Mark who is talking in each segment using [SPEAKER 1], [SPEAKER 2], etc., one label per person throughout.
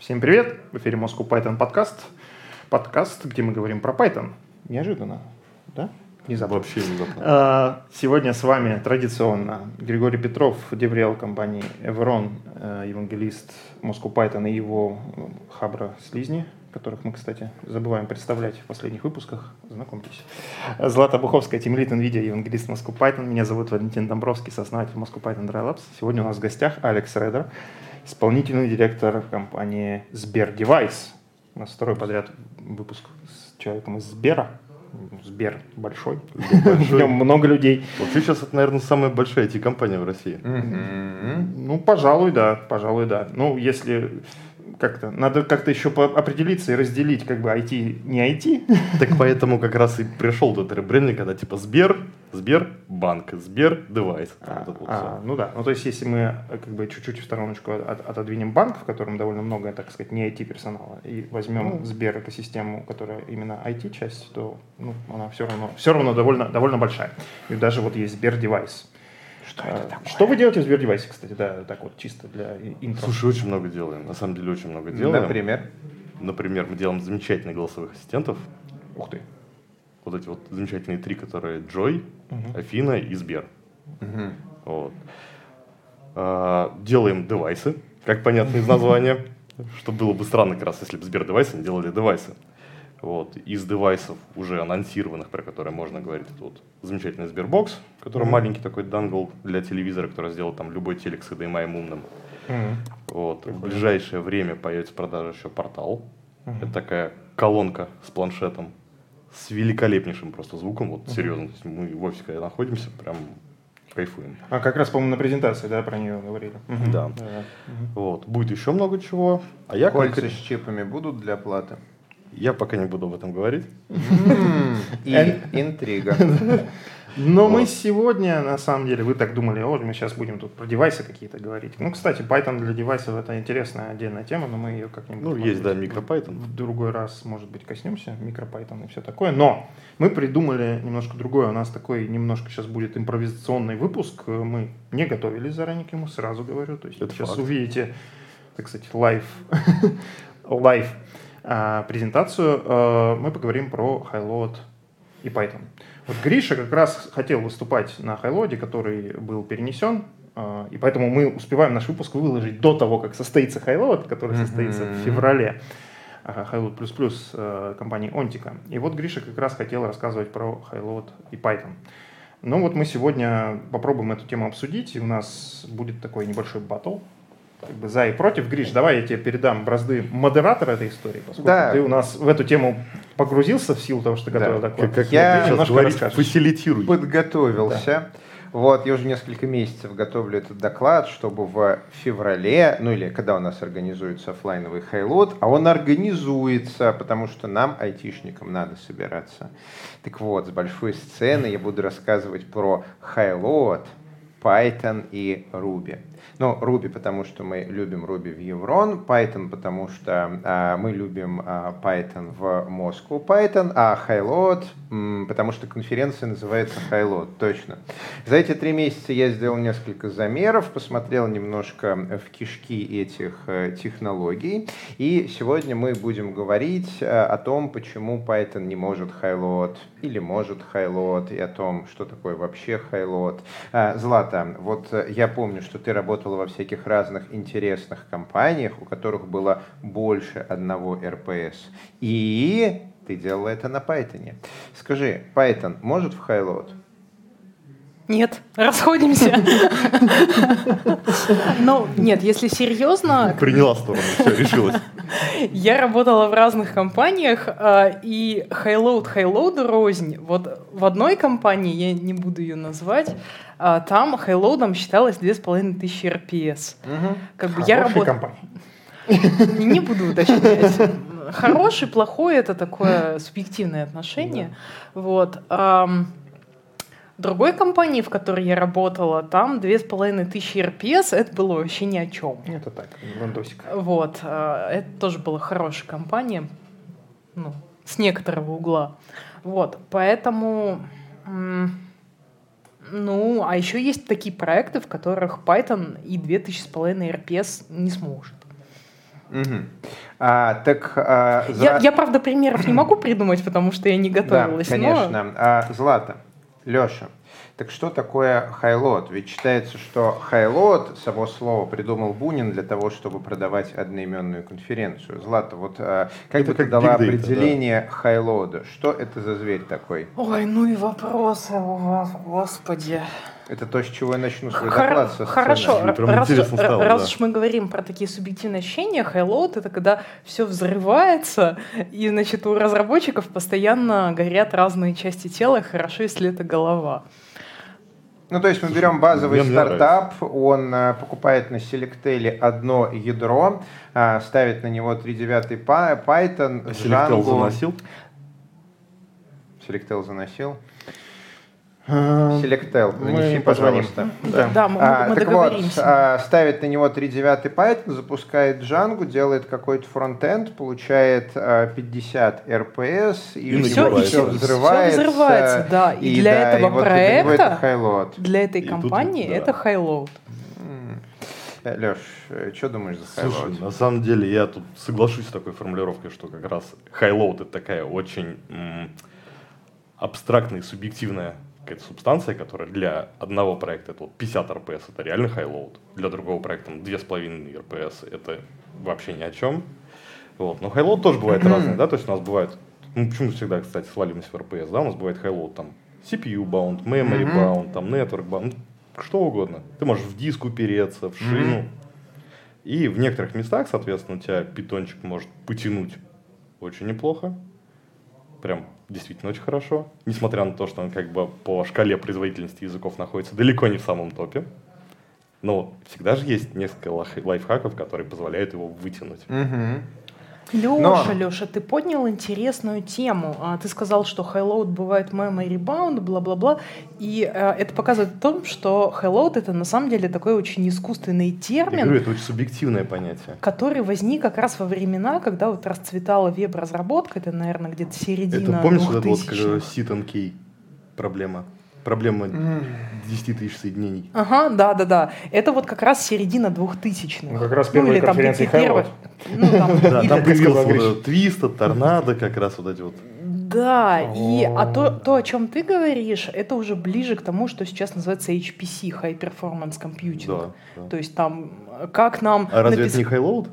[SPEAKER 1] Всем привет! В эфире Moscow Python подкаст. Подкаст, где мы говорим про Python. Неожиданно, да? Внезапно.
[SPEAKER 2] Вообще внезапно.
[SPEAKER 1] Сегодня с вами традиционно Григорий Петров, деврел компании Evron, евангелист Moscow Python и его хабра Слизни, которых мы, кстати, забываем представлять в последних выпусках. Знакомьтесь. Злата Буховская, тимлид NVIDIA, евангелист Moscow Python. Меня зовут Валентин Домбровский, сооснователь Moscow Python Dry Labs. Сегодня у нас в гостях Алекс Редер, исполнительный директор компании Сбердевайс. У нас второй подряд выпуск с человеком из Сбера. Сбер большой. В нем много людей.
[SPEAKER 2] Вообще сейчас это, наверное, самая большая IT-компания в России.
[SPEAKER 1] Ну, пожалуй, да. Ну, если как-то надо как-то еще определиться и разделить как бы IT, не IT.
[SPEAKER 2] Так поэтому как раз и пришел тот ребрендинг, когда типа Сбербанк, Сбердевайс.
[SPEAKER 1] Ну да. Ну, то есть, если мы как бы чуть-чуть в стороночку отодвинем банк, в котором довольно много, так сказать, не IT-персонала, и возьмем Сбер экосистему, которая именно IT-часть, то она все равно довольно большая. И даже вот есть Сбердевайс.
[SPEAKER 3] Что это такое?
[SPEAKER 1] Что вы делаете в Сбердевайсе, кстати, да, так вот чисто для интро?
[SPEAKER 2] Слушай, очень много делаем. На самом деле очень много делаем.
[SPEAKER 3] Например,
[SPEAKER 2] мы делаем замечательных голосовых ассистентов.
[SPEAKER 1] Ух ты.
[SPEAKER 2] Вот эти вот замечательные три, которые Джой, Афина и Сбер. Вот. Делаем девайсы, как понятно из названия. Что было бы странно, как раз, если бы Сбердевайсы не делали девайсы. Вот. Из девайсов уже анонсированных, про которые можно говорить, это вот замечательный Сбербокс, который маленький такой дангл для телевизора, который сделает там любой телек с HDMI умным. Вот. В ближайшее время появится в продаже еще портал. Это такая колонка с планшетом, с великолепнейшим просто звуком, вот серьезно. То есть мы в офисе, когда находимся, прям кайфуем.
[SPEAKER 1] Как раз, по-моему, на презентации, да, про нее говорили.
[SPEAKER 2] Да. Вот. Будет еще много чего.
[SPEAKER 3] кольца с чипами будут для оплаты?
[SPEAKER 2] Я пока не буду об этом говорить.
[SPEAKER 3] И интрига.
[SPEAKER 1] Но мы сегодня, на самом деле, вы так думали, мы сейчас будем тут про девайсы какие-то говорить. Ну, кстати, Python для девайсов — это интересная отдельная тема, но мы ее как-нибудь...
[SPEAKER 2] есть, да, микропайтон.
[SPEAKER 1] В другой раз, может быть, коснемся, микропайтон и все такое. Но мы придумали немножко другое. У нас такой немножко сейчас будет импровизационный выпуск. Мы не готовились заранее к нему, сразу говорю. То есть
[SPEAKER 2] это
[SPEAKER 1] сейчас
[SPEAKER 2] факт.
[SPEAKER 1] Увидите, так сказать, лайв презентацию. Мы поговорим про Highload и Python. Вот Гриша как раз хотел выступать на Highload, который был перенесен, и поэтому мы успеваем наш выпуск выложить до того, как состоится Highload, который состоится в феврале. Highload++ компании Ontica. И вот Гриша как раз хотел рассказывать про Highload и Python. Ну вот мы сегодня попробуем эту тему обсудить, и у нас будет такой небольшой баттл. Как бы за и против. Гриш, давай я тебе передам бразды модератора этой истории, поскольку ты у нас в эту тему погрузился в силу того, что готовил доклад.
[SPEAKER 2] Как я немножко фасилитирую.
[SPEAKER 3] Подготовился. Вот, я уже несколько месяцев готовлю этот доклад, чтобы в феврале, или когда у нас организуется офлайновый Highload, а он организуется, потому что нам, айтишникам, надо собираться. Так вот, с большой сцены я буду рассказывать про Highload, Python и Ruby. Ruby, потому что мы любим Ruby в Evron, Python, потому что мы любим Python в Moscow Python, а Highload, потому что конференция называется Highload, точно. За эти 3 месяца я сделал несколько замеров, посмотрел немножко в кишки этих технологий, и сегодня мы будем говорить о том, почему Python не может Highload или может Highload, и о том, что такое вообще Highload. Злата, вот я помню, что ты работала во всяких разных интересных компаниях, у которых было больше одного РПС. И ты делала это на Python. Скажи, Python может в Highload?
[SPEAKER 4] Нет, расходимся. Нет, если серьезно...
[SPEAKER 2] Приняла сторону, все, решилась.
[SPEAKER 4] Я работала в разных компаниях, и Highload рознь. Вот в одной компании, я не буду ее назвать, там Highload'ом считалось 2500 RPS.
[SPEAKER 1] Хорошая компания.
[SPEAKER 4] Не буду уточнять. Хороший, плохой — это такое субъективное отношение. Вот. В другой компании, в которой я работала, там 2500 RPS, это было вообще ни о чем.
[SPEAKER 1] Это так, ландосик.
[SPEAKER 4] Вот, это тоже была хорошая компания, с некоторого угла. Вот, поэтому, а еще есть такие проекты, в которых Python и 2500 RPS не сможет. Я, правда, примеров не могу придумать, потому что я не готовилась.
[SPEAKER 3] Да, конечно. Злата, Леша, так что такое хайлот? Ведь считается, что хайлот, само слово, придумал Бунин для того, чтобы продавать одноименную конференцию. Злата, вот как бы ты дала определение хайлода? Что это за зверь такой?
[SPEAKER 4] Ой, ну и вопросы у вас, господи.
[SPEAKER 3] Это то, с чего я начну свой доклад со сцены.
[SPEAKER 4] Хорошо, раз уж мы говорим про такие субъективные ощущения, хайлоуд — это когда все взрывается, и, значит, у разработчиков постоянно горят разные части тела, хорошо, если это голова.
[SPEAKER 3] Ну, то есть мы берем базовый стартап, он покупает на Selectel одно ядро, ставит на него 3.9 Python,
[SPEAKER 2] Selectel заносил?
[SPEAKER 3] Selectel заносил. Selectel, занеси, пожалуйста.
[SPEAKER 4] Да, мы договоримся.
[SPEAKER 3] Вот, ставит на него 3.9 Python, запускает Django, делает какой-то фронтенд, получает 50 RPS, и все взрывается.
[SPEAKER 4] Все взрывается, да. И для этого проекта, для этой компании это хайлоуд.
[SPEAKER 3] Леш, что думаешь за хайлоуд?
[SPEAKER 2] Слушай, на самом деле я тут соглашусь с такой формулировкой, что как раз хайлоуд — это такая очень абстрактная и субъективная какая-то субстанция, которая для одного проекта это вот 50 RPS, это реально хайлоуд, для другого проекта 2,5 RPS это вообще ни о чем. Вот. Но хайлоуд тоже бывает разный, да, то есть у нас бывает, ну почему всегда, кстати, свалимся в RPS, да, у нас бывает хайлоуд там CPU bound, memory bound, там network bound, что угодно. Ты можешь в диск упереться, в шину. И в некоторых местах, соответственно, у тебя питончик может потянуть очень неплохо. Прям действительно очень хорошо. Несмотря на то, что он как бы по шкале производительности языков находится далеко не в самом топе. Но всегда же есть несколько лайфхаков, которые позволяют его вытянуть.
[SPEAKER 4] Леша, ты поднял интересную тему. Ты сказал, что хайлоуд бывает memory bound, бла-бла-бла. И это показывает о том, что хайлоуд — это на самом деле такой очень искусственный термин. Я
[SPEAKER 2] говорю, это очень субъективное понятие.
[SPEAKER 4] Который возник как раз во времена, когда вот расцветала веб-разработка. Это, наверное, где-то середина 2000-х.
[SPEAKER 2] Это помнишь вот это вот sit and key проблема? Проблема 10 тысяч соединений.
[SPEAKER 4] Ага, да. Это вот как раз середина 2000-х.
[SPEAKER 1] Ну, как раз первые конференции Хайлоуд.
[SPEAKER 2] Там появился Твиста, Торнадо, как раз вот эти вот.
[SPEAKER 4] Да, а то, о чем ты говоришь, это уже ближе к тому, что сейчас называется HPC, High Performance Computing.
[SPEAKER 2] Да.
[SPEAKER 4] То есть там, как нам...
[SPEAKER 2] А разве это не хайлоуд?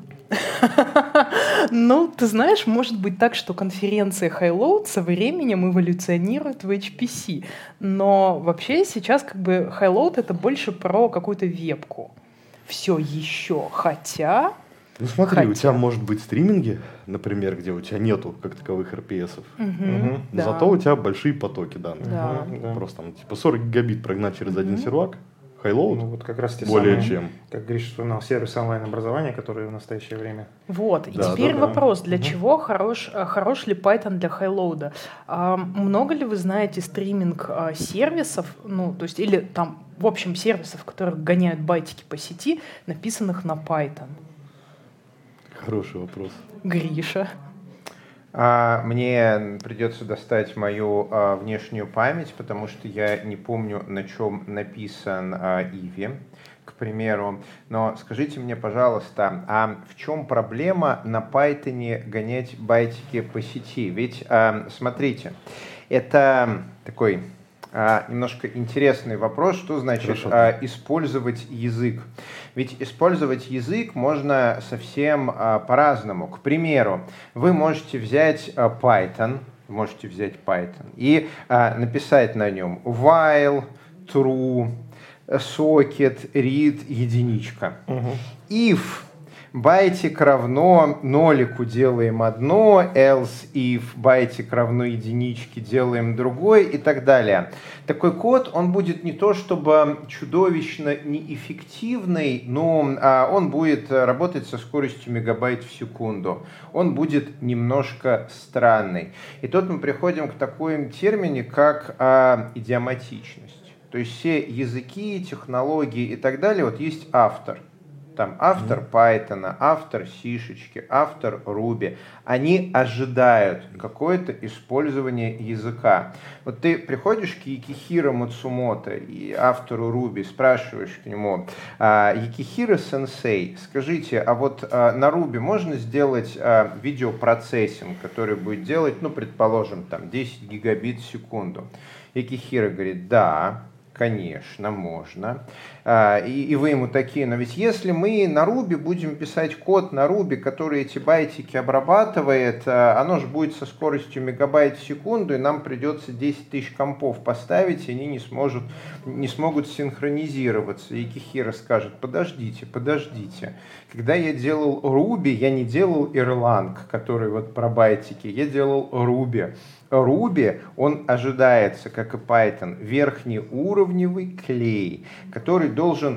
[SPEAKER 4] Ну, ты знаешь, может быть так, что конференция Хайлоуд со временем эволюционирует в HPC. Но вообще сейчас как бы Хайлоуд — это больше про какую-то вебку. Все еще, хотя...
[SPEAKER 2] Ну смотри, у тебя может быть стриминги, например, где у тебя нету как таковых RPS-ов, но зато у тебя большие потоки данных. Просто там типа 40 гигабит прогнать через один сервак. Хайлоуд?
[SPEAKER 1] Ну, вот как раз те
[SPEAKER 2] более
[SPEAKER 1] самые,
[SPEAKER 2] чем.
[SPEAKER 1] Как Гриша вспоминал, сервис онлайн-образования, которые в настоящее время.
[SPEAKER 4] Вот, и теперь вопрос, для чего хорош ли Python для хайлоуда? Много ли вы знаете стриминг-сервисов, ну, то есть, или там, в общем, сервисов, которые гоняют байтики по сети, написанных на Python?
[SPEAKER 2] Хороший вопрос.
[SPEAKER 4] Гриша.
[SPEAKER 3] Мне придется достать мою внешнюю память, потому что я не помню, на чем написан Иви, к примеру. Но скажите мне, пожалуйста, а в чем проблема на Python гонять байтики по сети? Ведь, смотрите, это такой немножко интересный вопрос, что значит использовать язык. Ведь использовать язык можно совсем по-разному. К примеру, вы можете взять Python и написать на нем while, true, socket, read, единичка. If байтик равно нолику делаем одно, else if байтик равно единичке делаем другой и так далее. Такой код, он будет не то чтобы чудовищно неэффективный, но он будет работать со скоростью мегабайт в секунду. Он будет немножко странный. И тут мы приходим к такому термину, как идиоматичность. То есть все языки, технологии и так далее, вот есть автор. там автор Python, автор C-шечки, автор Ruby, они ожидают какое-то использование языка. Вот ты приходишь к Юкихиро Мацумото и автору Ruby, спрашиваешь к нему: Юкихиро-сенсей, скажите, а вот на Ruby можно сделать видеопроцессинг, который будет делать, ну, предположим, там 10 гигабит в секунду? Юкихиро говорит: да, конечно, можно. И вы ему такие: но ведь если мы на Ruby будем писать код на Ruby, который эти байтики обрабатывает, оно же будет со скоростью мегабайт в секунду, и нам придется 10 тысяч компов поставить, и они не смогут синхронизироваться. И Юкихиро скажет: подождите. Когда я делал Ruby, я не делал Erlang, который вот про байтики, я делал Ruby. Ruby, он ожидается, как и Python, верхнеуровневый клей, который должен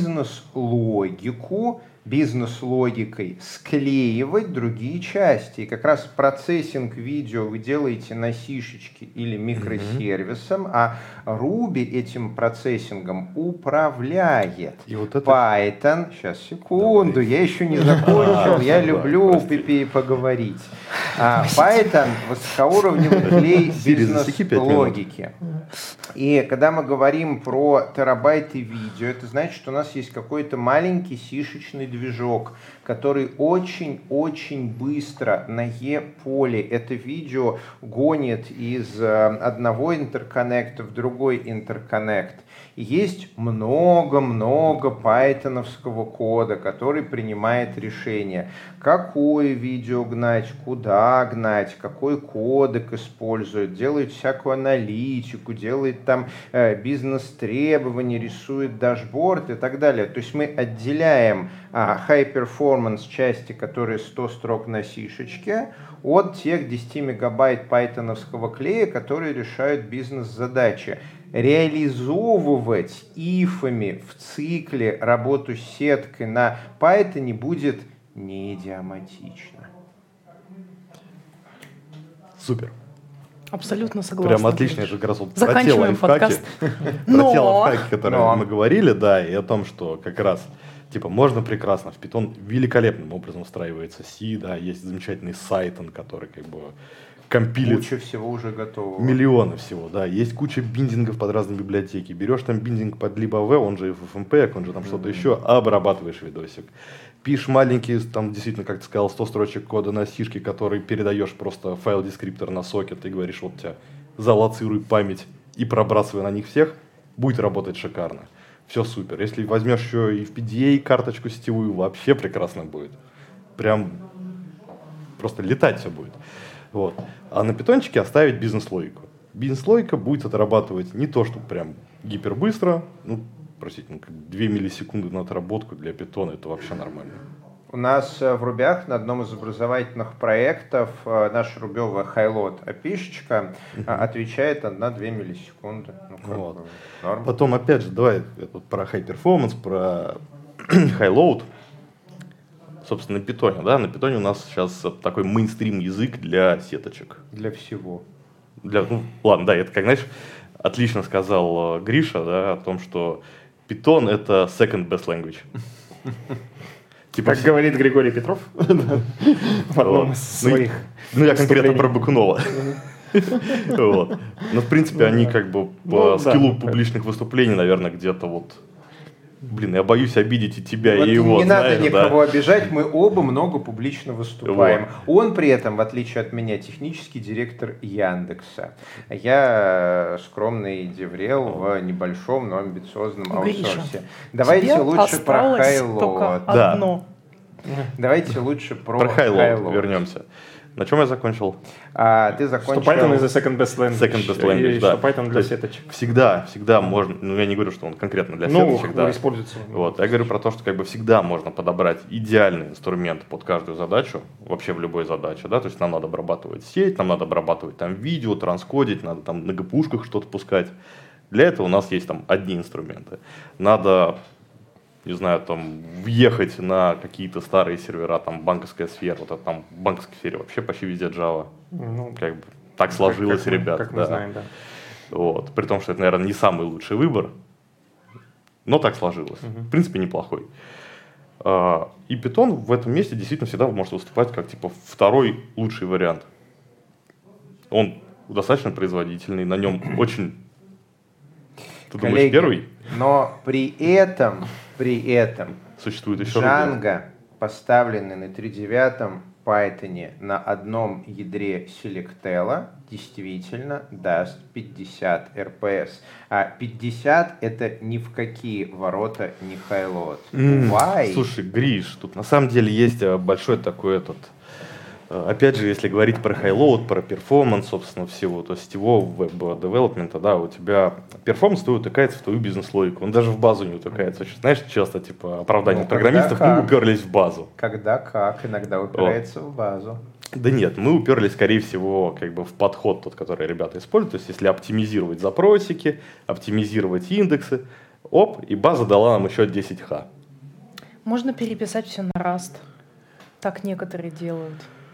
[SPEAKER 3] бизнес-логикой склеивать другие части. И как раз процессинг видео вы делаете на C-шечке или микросервисом, а Ruby этим процессингом управляет.
[SPEAKER 2] И вот это...
[SPEAKER 3] Python, сейчас, секунду, я еще не закончил, я люблю поговорить. Python высокоуровневый клей бизнес-логики. И когда мы говорим про терабайты видео, это значит, что у нас есть какой-то маленький C-шечный движок, который очень-очень быстро на E-поле это видео гонит из одного интерконнекта в другой интерконнект. И есть много пайтоновского кода, который принимает решение, какое видео гнать, куда гнать, какой кодек использует, делает всякую аналитику, делает там бизнес-требования, рисует дашборд и так далее. То есть мы отделяем high-performance части, которые 100 строк на C-шечке, от тех 10 мегабайт пайтоновского клея, которые решают бизнес-задачи. Реализовывать ифами в цикле работу с сеткой на Python будет не идиоматично.
[SPEAKER 2] Супер.
[SPEAKER 4] Абсолютно согласна.
[SPEAKER 2] Прям отлично, это как раз вот
[SPEAKER 4] заканчиваем подкаст.
[SPEAKER 2] Про те лайфхаки, которые мы говорили, да, и о том, что как раз типа можно прекрасно, в Python великолепным образом встраивается C, да, есть замечательный Cython, который как бы компилит.
[SPEAKER 3] Куча всего уже готово.
[SPEAKER 2] Миллионы всего, да. Есть куча биндингов под разные библиотеки. Берешь там биндинг под LibAV, он же FFmpeg, он же там что-то еще, обрабатываешь видосик. Пишешь маленький, там действительно, как ты сказал, 100 строчек кода на C-шке, который передаешь просто файл-дескриптор на сокет и говоришь: вот тебя залоцируй память и пробрасывай на них всех, будет работать шикарно. Все супер. Если возьмешь еще и в PDA карточку сетевую, вообще прекрасно будет. Прям просто летать все будет. Вот. А на питончике оставить бизнес-логику. Бизнес-логика будет отрабатывать не то, что прям гипербыстро, ну, простите, 2 миллисекунды на отработку для питона, это вообще нормально.
[SPEAKER 3] У нас в Рубях на одном из образовательных проектов наша рубевая хайлот API-шечка отвечает 1-2 миллисекунды.
[SPEAKER 2] Вот. Потом, опять же, давай про high performance, про high-load. Собственно, на питоне, да, на питоне у нас сейчас такой мейнстрим язык для сеточек.
[SPEAKER 3] Для всего.
[SPEAKER 2] Ладно, да, это, как, знаешь, отлично сказал Гриша, да, о том, что Python — это second best language.
[SPEAKER 1] Как говорит Григорий Петров в одном из своих.
[SPEAKER 2] Ну, я конкретно про Бакунова. Но, в принципе, они как бы по скиллу публичных выступлений, наверное, где-то вот... Блин, я боюсь обидеть и тебя, и его.
[SPEAKER 3] Не надо никого обижать, мы оба много публично выступаем. Он при этом, в отличие от меня, технический директор Яндекса. Я скромный деврел в небольшом, но амбициозном аутсорсе. Давайте лучше про хайлоуд. Давайте лучше про
[SPEAKER 2] хайлоуд вернемся. На чем я закончил?
[SPEAKER 3] Ты закончил...
[SPEAKER 1] Что Python is the second best language.
[SPEAKER 2] Second best language,
[SPEAKER 1] и
[SPEAKER 2] да.
[SPEAKER 1] что Python для сеточек.
[SPEAKER 2] Всегда можно, ну я не говорю, что он конкретно для сеточек, да.
[SPEAKER 1] Используется.
[SPEAKER 2] Вот, я говорю про то, что как бы всегда можно подобрать идеальный инструмент под каждую задачу, вообще в любой задаче, да, то есть нам надо обрабатывать сеть, нам надо обрабатывать там видео, транскодить, надо там на ГПУшках что-то пускать. Для этого у нас есть там одни инструменты. Надо... не знаю, там, въехать на какие-то старые сервера, там, банковская сфера, вот это там, в банковской сфере вообще почти везде Java. Ну, как бы так сложилось, ребят.
[SPEAKER 1] Как мы знаем, да.
[SPEAKER 2] Вот. При том, что это, наверное, не самый лучший выбор, но так сложилось. В принципе, неплохой. И Python в этом месте действительно всегда может выступать как типа второй лучший вариант. Он достаточно производительный, на нем очень... Ты думаешь, первый?
[SPEAKER 3] Но при этом
[SPEAKER 2] Существует еще
[SPEAKER 3] Django, поставленный на 3.9 Python на одном ядре Selectella, действительно даст 50 RPS. А 50 это ни в какие ворота не хайлот.
[SPEAKER 2] Слушай, Гриш, тут на самом деле есть большой такой опять же, если говорить про хайлоуд, про перформанс, собственно, всего, то сетевого веб-девелопмента, да, у тебя перформанс твой утыкается в твою бизнес-логику, он даже в базу не утыкается. Знаешь, часто, типа, оправдание программистов, мы уперлись в базу.
[SPEAKER 3] Когда как, иногда упирается в базу.
[SPEAKER 2] Да нет, мы уперлись, скорее всего, как бы в подход тот, который ребята используют. То есть, если оптимизировать запросики, оптимизировать индексы, и база дала нам еще 10Х.
[SPEAKER 4] Можно переписать все на Rust. Так некоторые делают.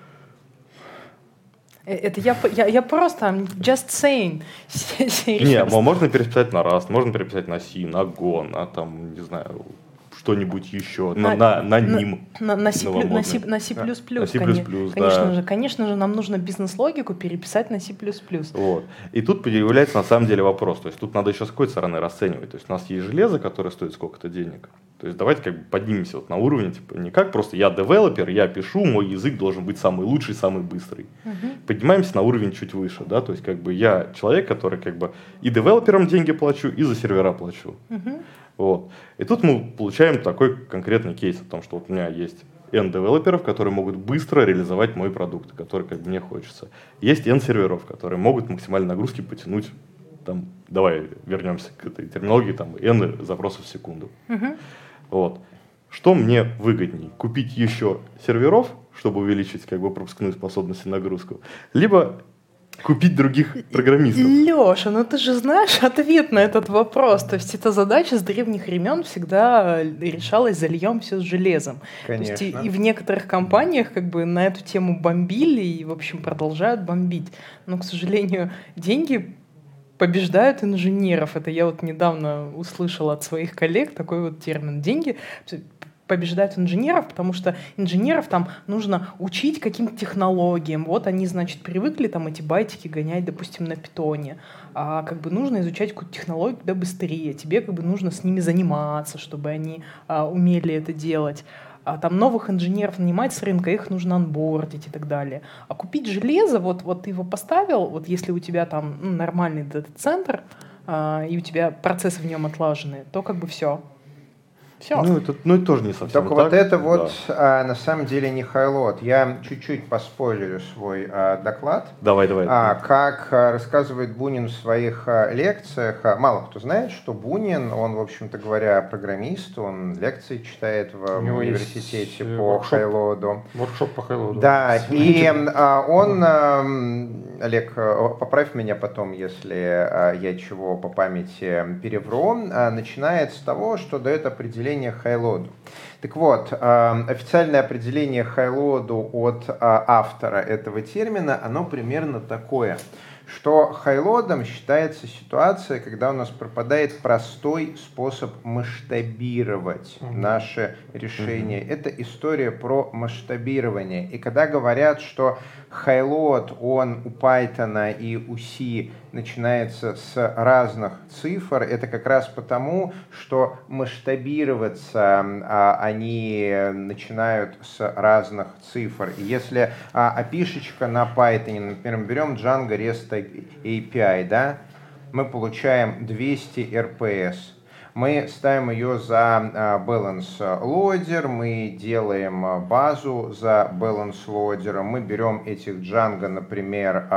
[SPEAKER 4] Это я просто, I'm just saying.
[SPEAKER 2] Не, можно переписать на Rust, можно переписать на C, на Go, на там, не знаю, что-нибудь еще, на NIM.
[SPEAKER 4] На C++. Конечно же, нам нужно бизнес-логику переписать на C++.
[SPEAKER 2] Вот. И тут появляется на самом деле вопрос. То есть тут надо еще с какой стороны расценивать. То есть у нас есть железо, которое стоит сколько-то денег. То есть давайте как бы поднимемся вот на уровень, типа не как просто я девелопер, я пишу, мой язык должен быть самый лучший, самый быстрый. Поднимаемся на уровень чуть выше, да, то есть как бы я человек, который как бы и девелоперам деньги плачу, и за сервера плачу. Вот. И тут мы получаем такой конкретный кейс о том, что вот у меня есть N девелоперов, которые могут быстро реализовать мой продукт, который как бы мне хочется. Есть N серверов, которые могут максимальной нагрузки потянуть, там, давай вернемся к этой терминологии, там, N запросов в секунду. Вот. Что мне выгодней? Купить еще серверов, чтобы увеличить как бы пропускную способность и нагрузку, либо купить других программистов?
[SPEAKER 4] Леша, ну ты же знаешь ответ на этот вопрос. То есть эта задача с древних времен всегда решалась зальем все с железом.
[SPEAKER 3] Конечно.
[SPEAKER 4] То есть и в некоторых компаниях как бы на эту тему бомбили и, в общем, продолжают бомбить. Но, к сожалению, деньги побеждают инженеров. Это я вот недавно услышала от своих коллег такой вот термин. Деньги побеждают инженеров, потому что инженеров там нужно учить каким-то технологиям. Вот они, значит, привыкли там эти байтики гонять, допустим, на питоне. А как бы нужно изучать какую-то технологию куда быстрее. Тебе как бы нужно с ними заниматься, чтобы они умели это делать. А там новых инженеров нанимать с рынка, их нужно онбордить и так далее. А купить железо, вот ты его поставил, вот если у тебя там нормальный дата-центр, и у тебя процессы в нем отлажены, то как бы все. Все.
[SPEAKER 2] Это тоже не совсем
[SPEAKER 3] только так. Вот это вот на самом деле не хайлот. Я чуть-чуть поспойлерю свой доклад.
[SPEAKER 2] Давай.
[SPEAKER 3] Как рассказывает Бунин в своих лекциях, мало кто знает, что Бунин, он, в общем-то говоря, программист, он лекции читает в университете по хайлоду.
[SPEAKER 1] Воркшоп по хайлоду.
[SPEAKER 3] Да, и он, Олег, поправь меня потом, если я чего по памяти перевру, начинает с того, что дает определение хайлоду. Так вот, официальное определение хайлоду от автора этого термина, оно примерно такое, что хайлодом считается ситуация, когда у нас пропадает простой способ масштабировать наши решения. Это история про масштабирование. И когда говорят, что хайлод, он у Python и у C начинается с разных цифр, это как раз потому, что масштабироваться они начинают с разных цифр. И если API-шечка на Python, например, мы берем Django REST API, да, мы получаем 200 RPS. Мы ставим ее за balance loader, мы делаем базу за balance loader, мы берем этих Django, например,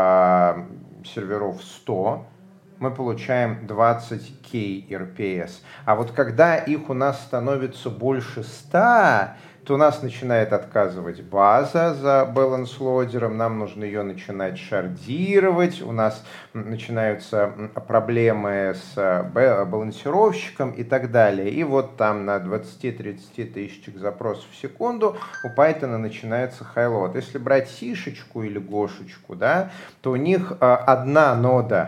[SPEAKER 3] серверов 100, мы получаем 20k RPS. А вот когда их у нас становится больше 100, то у нас начинает отказывать база за баланс-лодером, нам нужно ее начинать шардировать, у нас начинаются проблемы с балансировщиком и так далее. И вот там на 20-30 тысячах запросов в секунду у Python начинается хайлот. Если брать сишечку или гошечку, да, то у них одна нода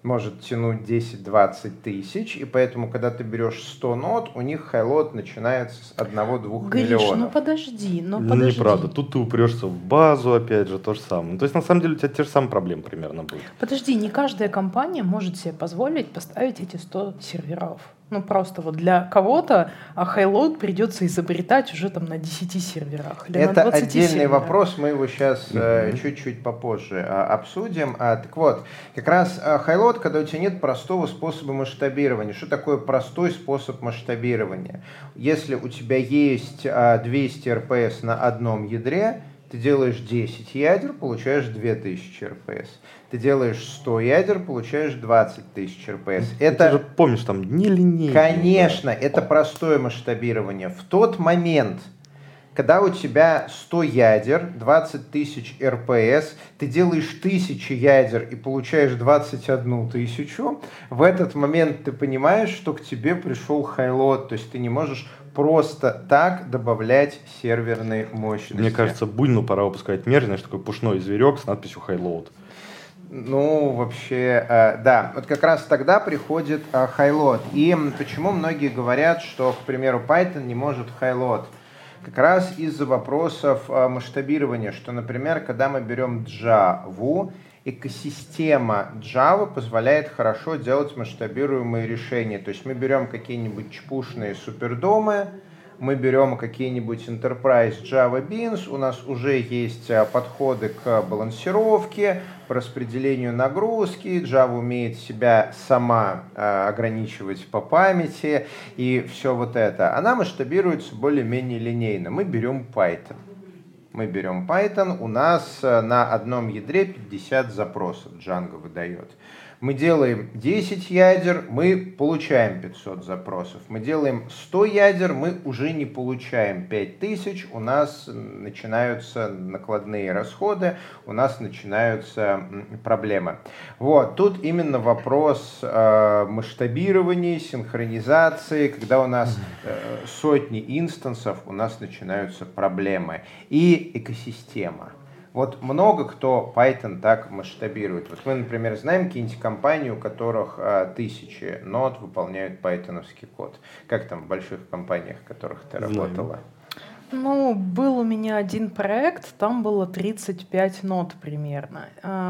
[SPEAKER 3] может тянуть 10-20 тысяч, и поэтому, когда ты берешь 100 нот, у них хайлот начинается с 1-2
[SPEAKER 4] Гриш,
[SPEAKER 3] миллионов.
[SPEAKER 4] ну подожди.
[SPEAKER 2] Неправда. Тут ты упрешься в базу, опять же, то же самое. То есть, на самом деле, у тебя те же самые проблемы примерно будут.
[SPEAKER 4] Подожди, не каждая компания может себе позволить поставить эти 100 серверов. Ну, просто вот для кого-то хайлоуд придется изобретать уже там на 10 серверах. Или
[SPEAKER 3] Это
[SPEAKER 4] на 20
[SPEAKER 3] отдельный
[SPEAKER 4] серверах.
[SPEAKER 3] вопрос, мы его сейчас чуть-чуть попозже обсудим. Так вот, как раз хайлоуд, когда у тебя нет простого способа масштабирования. Что такое простой способ масштабирования? Если у тебя есть 200 РПС на одном ядре, ты делаешь 10 ядер, получаешь 2000 РПС. Ты делаешь 100 ядер, получаешь 20 тысяч РПС.
[SPEAKER 2] Ты же помнишь, там нелинейно.
[SPEAKER 3] Конечно, это простое масштабирование. В тот момент, когда у тебя 100 ядер, 20 тысяч РПС, ты делаешь 1000 ядер и получаешь 21 тысячу, в этот момент ты понимаешь, что к тебе пришел хайлот, то есть ты не можешь просто так добавлять серверные мощности.
[SPEAKER 2] Мне кажется, Бунину пора выпускать мерч, знаешь, такой пушной зверек с надписью «Highload».
[SPEAKER 3] Ну, вообще, да. Вот как раз тогда приходит хайлот. И почему многие говорят, что, к примеру, Python не может хайлот? Как раз из-за вопросов масштабирования, что, например, когда мы берем Java, экосистема Java позволяет хорошо делать масштабируемые решения. То есть мы берем какие-нибудь чпушные супердомы, мы берем какие-нибудь Enterprise Java Beans, у нас уже есть подходы к балансировке, по распределению нагрузки, Java умеет себя сама ограничивать по памяти и все вот это. Она масштабируется более-менее линейно. Мы берем Python. У нас на одном ядре 50 запросов Django выдает. Мы делаем 10 ядер, мы получаем 500 запросов. Мы делаем 100 ядер, мы уже не получаем 5000. У нас начинаются накладные расходы, у нас начинаются проблемы. Вот, тут именно вопрос масштабирования, синхронизации. Когда у нас сотни инстансов, у нас начинаются проблемы. И экосистема. Вот много кто Python так масштабирует. Вот мы, например, знаем какие-нибудь компании, у которых 1000 нод выполняют пайтоновский код. Как там в больших компаниях, в которых ты работала?
[SPEAKER 4] Ну, был у меня один проект, там было 35 нод примерно.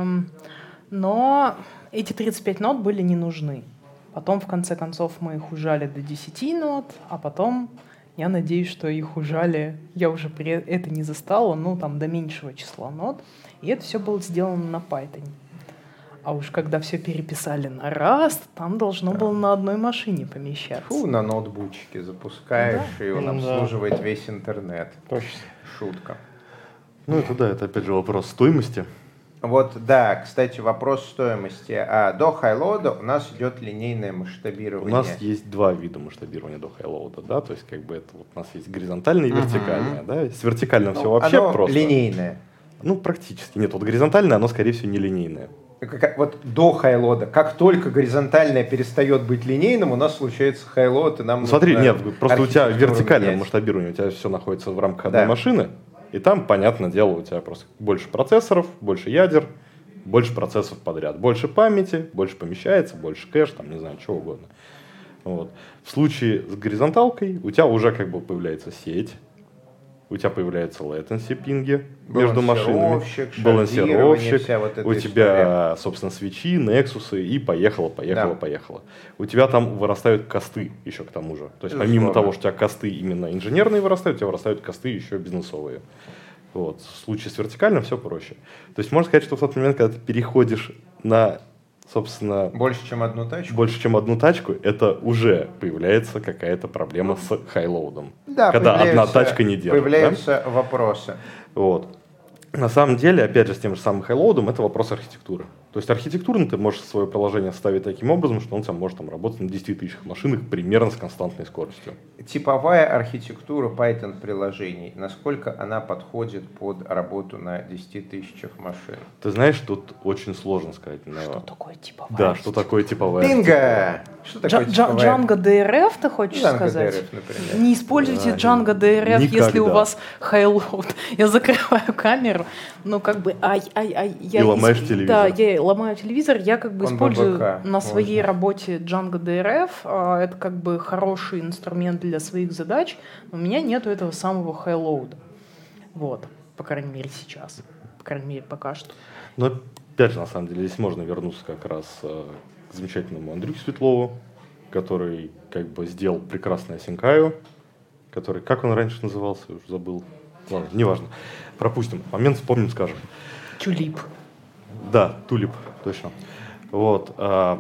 [SPEAKER 4] Но эти 35 нод были не нужны. Потом, в конце концов, мы их ужали до 10 нод, а потом... Я надеюсь, что их ужали, я уже это не застала, ну, там, до меньшего числа нод. И это все было сделано на Python. А уж когда все переписали на Rust, там должно было на одной машине помещаться.
[SPEAKER 3] Фу, на ноутбучке запускаешь, да? И он обслуживает весь интернет.
[SPEAKER 1] Точно.
[SPEAKER 3] Шутка.
[SPEAKER 2] Ну, это да, это опять же вопрос стоимости.
[SPEAKER 3] Вот, да, кстати, вопрос стоимости. До хайлода у нас идет линейное масштабирование.
[SPEAKER 2] У нас есть два вида масштабирования до хайлода, да, то есть как бы это вот у нас есть горизонтальное и вертикальное, да, с вертикальным все вообще
[SPEAKER 3] оно
[SPEAKER 2] просто.
[SPEAKER 3] Линейное.
[SPEAKER 2] Ну, практически. Нет, вот горизонтальное, оно, скорее всего, не линейное.
[SPEAKER 3] Вот до хайлода, как только горизонтальное перестает быть линейным, у нас случается хайлод, и нам
[SPEAKER 2] смотри, нет, просто у тебя вертикальное
[SPEAKER 3] менять.
[SPEAKER 2] Масштабирование, у тебя все находится в рамках одной машины, и там, понятное дело, у тебя просто больше процессоров, больше ядер, больше процессов подряд, больше памяти, больше помещается, больше кэш, там, не знаю, чего угодно. Вот. В случае с горизонталкой у тебя уже как бы появляется сеть, у тебя появляется latency пинги между машинами, балансировщик,
[SPEAKER 3] вот
[SPEAKER 2] у тебя, собственно, свечи, нексусы и поехало. У тебя там вырастают косты еще к тому же. То есть помимо того, что у тебя косты именно инженерные вырастают, у тебя вырастают косты еще бизнесовые. Вот. В случае с вертикальным все проще. То есть можно сказать, что в тот момент, когда ты переходишь на, собственно...
[SPEAKER 3] Больше, чем одну тачку,
[SPEAKER 2] это уже появляется какая-то проблема с хайлоудом.
[SPEAKER 3] Да,
[SPEAKER 2] когда одна тачка не держит.
[SPEAKER 3] Появляются вопросы.
[SPEAKER 2] Вот. На самом деле, опять же, с тем же самым хайлоудом, это вопрос архитектуры. То есть архитектурно ты можешь свое приложение ставить таким образом, что он там может работать на 10 тысячах машинах примерно с константной скоростью.
[SPEAKER 3] Типовая архитектура Python приложений, насколько она подходит под работу на 10 тысячах машин?
[SPEAKER 2] Ты знаешь, тут очень сложно сказать.
[SPEAKER 4] Что такое типовая?
[SPEAKER 2] Да, что такое типовая
[SPEAKER 3] Бинго! Что такое типовая?
[SPEAKER 4] Django DRF, ты хочешь сказать?
[SPEAKER 3] DRF, например.
[SPEAKER 4] Не используйте Django DRF, если у вас хайлоуд. Я закрываю камеру. телевизору, но как бы...
[SPEAKER 2] И ломаешь телевизор.
[SPEAKER 4] Да, я ломаю телевизор, я как бы использую
[SPEAKER 3] ББК,
[SPEAKER 4] на своей работе Django DRF, это как бы хороший инструмент для своих задач, но у меня нету этого самого high-load. Вот, по крайней мере сейчас, по крайней мере пока что.
[SPEAKER 2] Но опять же, на самом деле, здесь можно вернуться как раз к замечательному Андрюхе Светлову, который как бы сделал прекрасное Синкаю, который, как он раньше назывался, я уже забыл. Ладно, неважно. Пропустим. Момент вспомним, скажем.
[SPEAKER 4] Тюлип.
[SPEAKER 2] Да, Тулип, точно. Вот.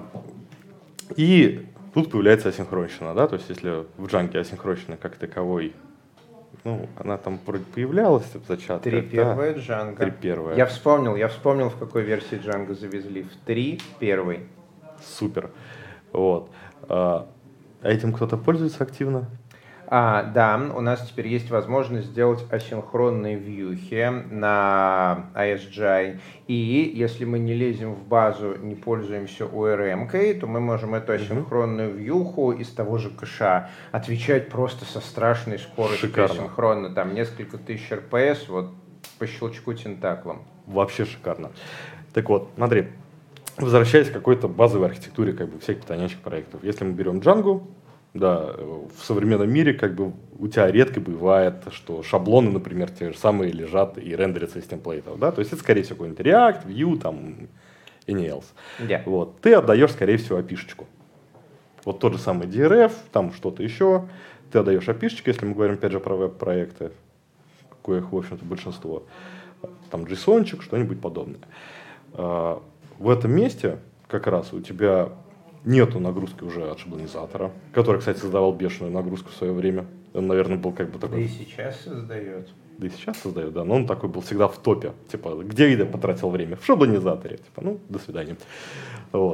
[SPEAKER 2] И тут появляется асинхронщина, да, то есть если в Django асинхронщина как таковой, ну, она там появлялась в зачатке.
[SPEAKER 3] 3.1 Django.
[SPEAKER 2] 3.1.
[SPEAKER 3] Я вспомнил, в какой версии Django завезли. В 3.1.
[SPEAKER 2] Супер. Вот. А этим кто-то пользуется активно?
[SPEAKER 3] Да, у нас теперь есть возможность сделать асинхронные вьюхи на ASGI. И если мы не лезем в базу, не пользуемся ORM-кой, то мы можем эту асинхронную вьюху из того же кэша отвечать просто со страшной скоростью.
[SPEAKER 2] Шикарно.
[SPEAKER 3] Асинхронно. Там несколько тысяч РПС, вот по щелчку тентаклом.
[SPEAKER 2] Вообще шикарно. Так вот, смотри, возвращаясь к какой-то базовой архитектуре как бы всяких тонячих проектов. Если мы берем Django, да, в современном мире как бы у тебя редко бывает, что шаблоны, например, те же самые лежат и рендерятся из темплейтов, да, то есть это, скорее всего, какой-нибудь React, Vue, там, any else.
[SPEAKER 3] Yeah.
[SPEAKER 2] Вот, ты отдаешь, скорее всего, API-шечку. Вот тот же самый DRF, там что-то еще, ты отдаешь API-шечку, если мы говорим, опять же, про веб-проекты, коих, в общем-то, большинство, там, JSON-чик, что-нибудь подобное. В этом месте как раз у тебя нету нагрузки уже от шаблонизатора, который, кстати, создавал бешеную нагрузку в свое время. Он, наверное, был как бы такой...
[SPEAKER 3] Да и сейчас создает.
[SPEAKER 2] Да и сейчас создает, да, но он такой был всегда в топе. Типа, где я потратил время? В шаблонизаторе. Типа, ну, до свидания. Вот.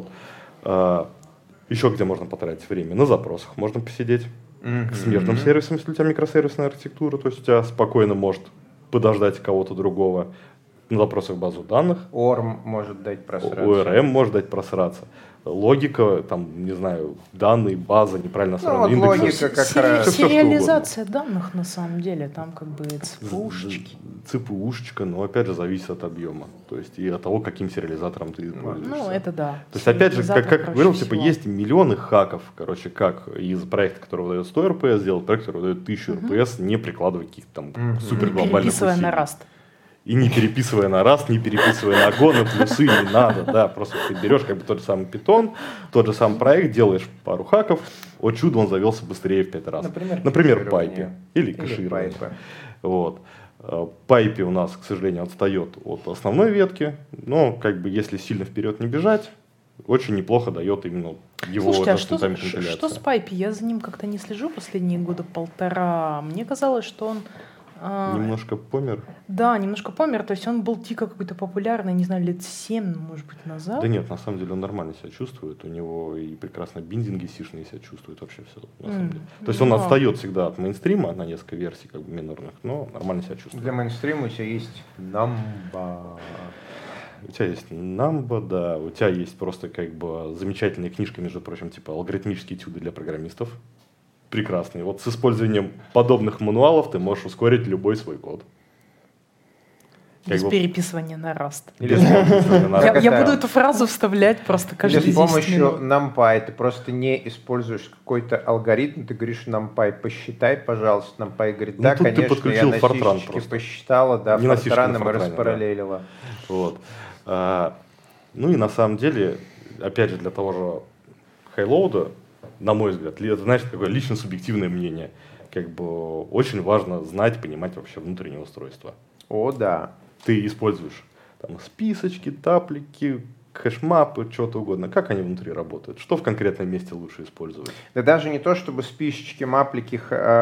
[SPEAKER 2] Еще где можно потратить время? На запросах можно посидеть. К смежным сервисам, если у тебя микросервисная архитектура, то есть у тебя спокойно может подождать кого-то другого. На запросах в базу данных.
[SPEAKER 3] ORM может дать просраться.
[SPEAKER 2] ORM может дать просраться. Логика, там, не знаю, данные, база, неправильно собраны,
[SPEAKER 3] вот
[SPEAKER 2] индексы.
[SPEAKER 3] логика как раз.
[SPEAKER 4] Сериализация данных, на самом деле, там как бы цепушечки.
[SPEAKER 2] ЦПУшечка, но опять же зависит от объема. То есть и от того, каким сериализатором ты пользуешься.
[SPEAKER 4] Ну, это да.
[SPEAKER 2] То есть, опять же, как говорил, типа,
[SPEAKER 4] всего.
[SPEAKER 2] есть миллионы хаков, короче, как из проекта, который выдает 100 РПС, сделать проект, который выдает 1000 РПС, не прикладывая каких-то там супер глобальных
[SPEAKER 4] Переписывая
[SPEAKER 2] усилий.
[SPEAKER 4] на Rust.
[SPEAKER 2] И не переписывая на Rust, не переписывая на Go, на плюсы не надо, да, просто ты берешь как бы тот же самый Python, тот же самый проект, делаешь пару хаков, о чудо, он завелся быстрее в 5 раз. Например, Пайпе или кэширование. Вот. Пайпе у нас, к сожалению, отстает от основной ветки, но как бы если сильно вперед не бежать, очень неплохо дает именно его.
[SPEAKER 4] Слушайте, а что с Пайпе? Я за ним как-то не слежу последние года полтора. Мне казалось, что он...
[SPEAKER 2] Немножко помер?
[SPEAKER 4] Да, немножко помер. То есть он был дико какой-то популярный, не знаю, лет 7, может быть, назад.
[SPEAKER 2] Да нет, на самом деле он нормально себя чувствует. У него и прекрасно биндинги сишные себя чувствуют вообще все. На самом деле. То есть он отстает всегда от мейнстрима на несколько версий как бы минорных, но нормально себя чувствует.
[SPEAKER 3] Для мейнстрима у тебя есть Numba.
[SPEAKER 2] У тебя есть Numba, да. У тебя есть просто как бы замечательная книжка, между прочим, типа алгоритмические этюды для программистов. Прекрасный. Вот с использованием подобных мануалов ты можешь ускорить любой свой код.
[SPEAKER 4] Без переписывания на Rust.
[SPEAKER 3] Я
[SPEAKER 4] буду эту фразу вставлять просто каждый день.
[SPEAKER 3] С помощью NumPy ты просто не используешь какой-то алгоритм, ты говоришь NumPy, посчитай, пожалуйста. NumPy говорит, да, конечно, я на сишечке посчитала, да, фортраном и распараллелила.
[SPEAKER 2] Вот. Ну и на самом деле, опять же, для того же хайлоуда, на мой взгляд, это, знаешь, такое лично субъективное мнение. Как бы очень важно знать, понимать вообще внутреннее устройство.
[SPEAKER 3] О, да.
[SPEAKER 2] Ты используешь там списочки, таплики, хэшмапы, что-то угодно. Как они внутри работают? Что в конкретном месте лучше использовать?
[SPEAKER 3] Да даже не то, чтобы списочки, маппики,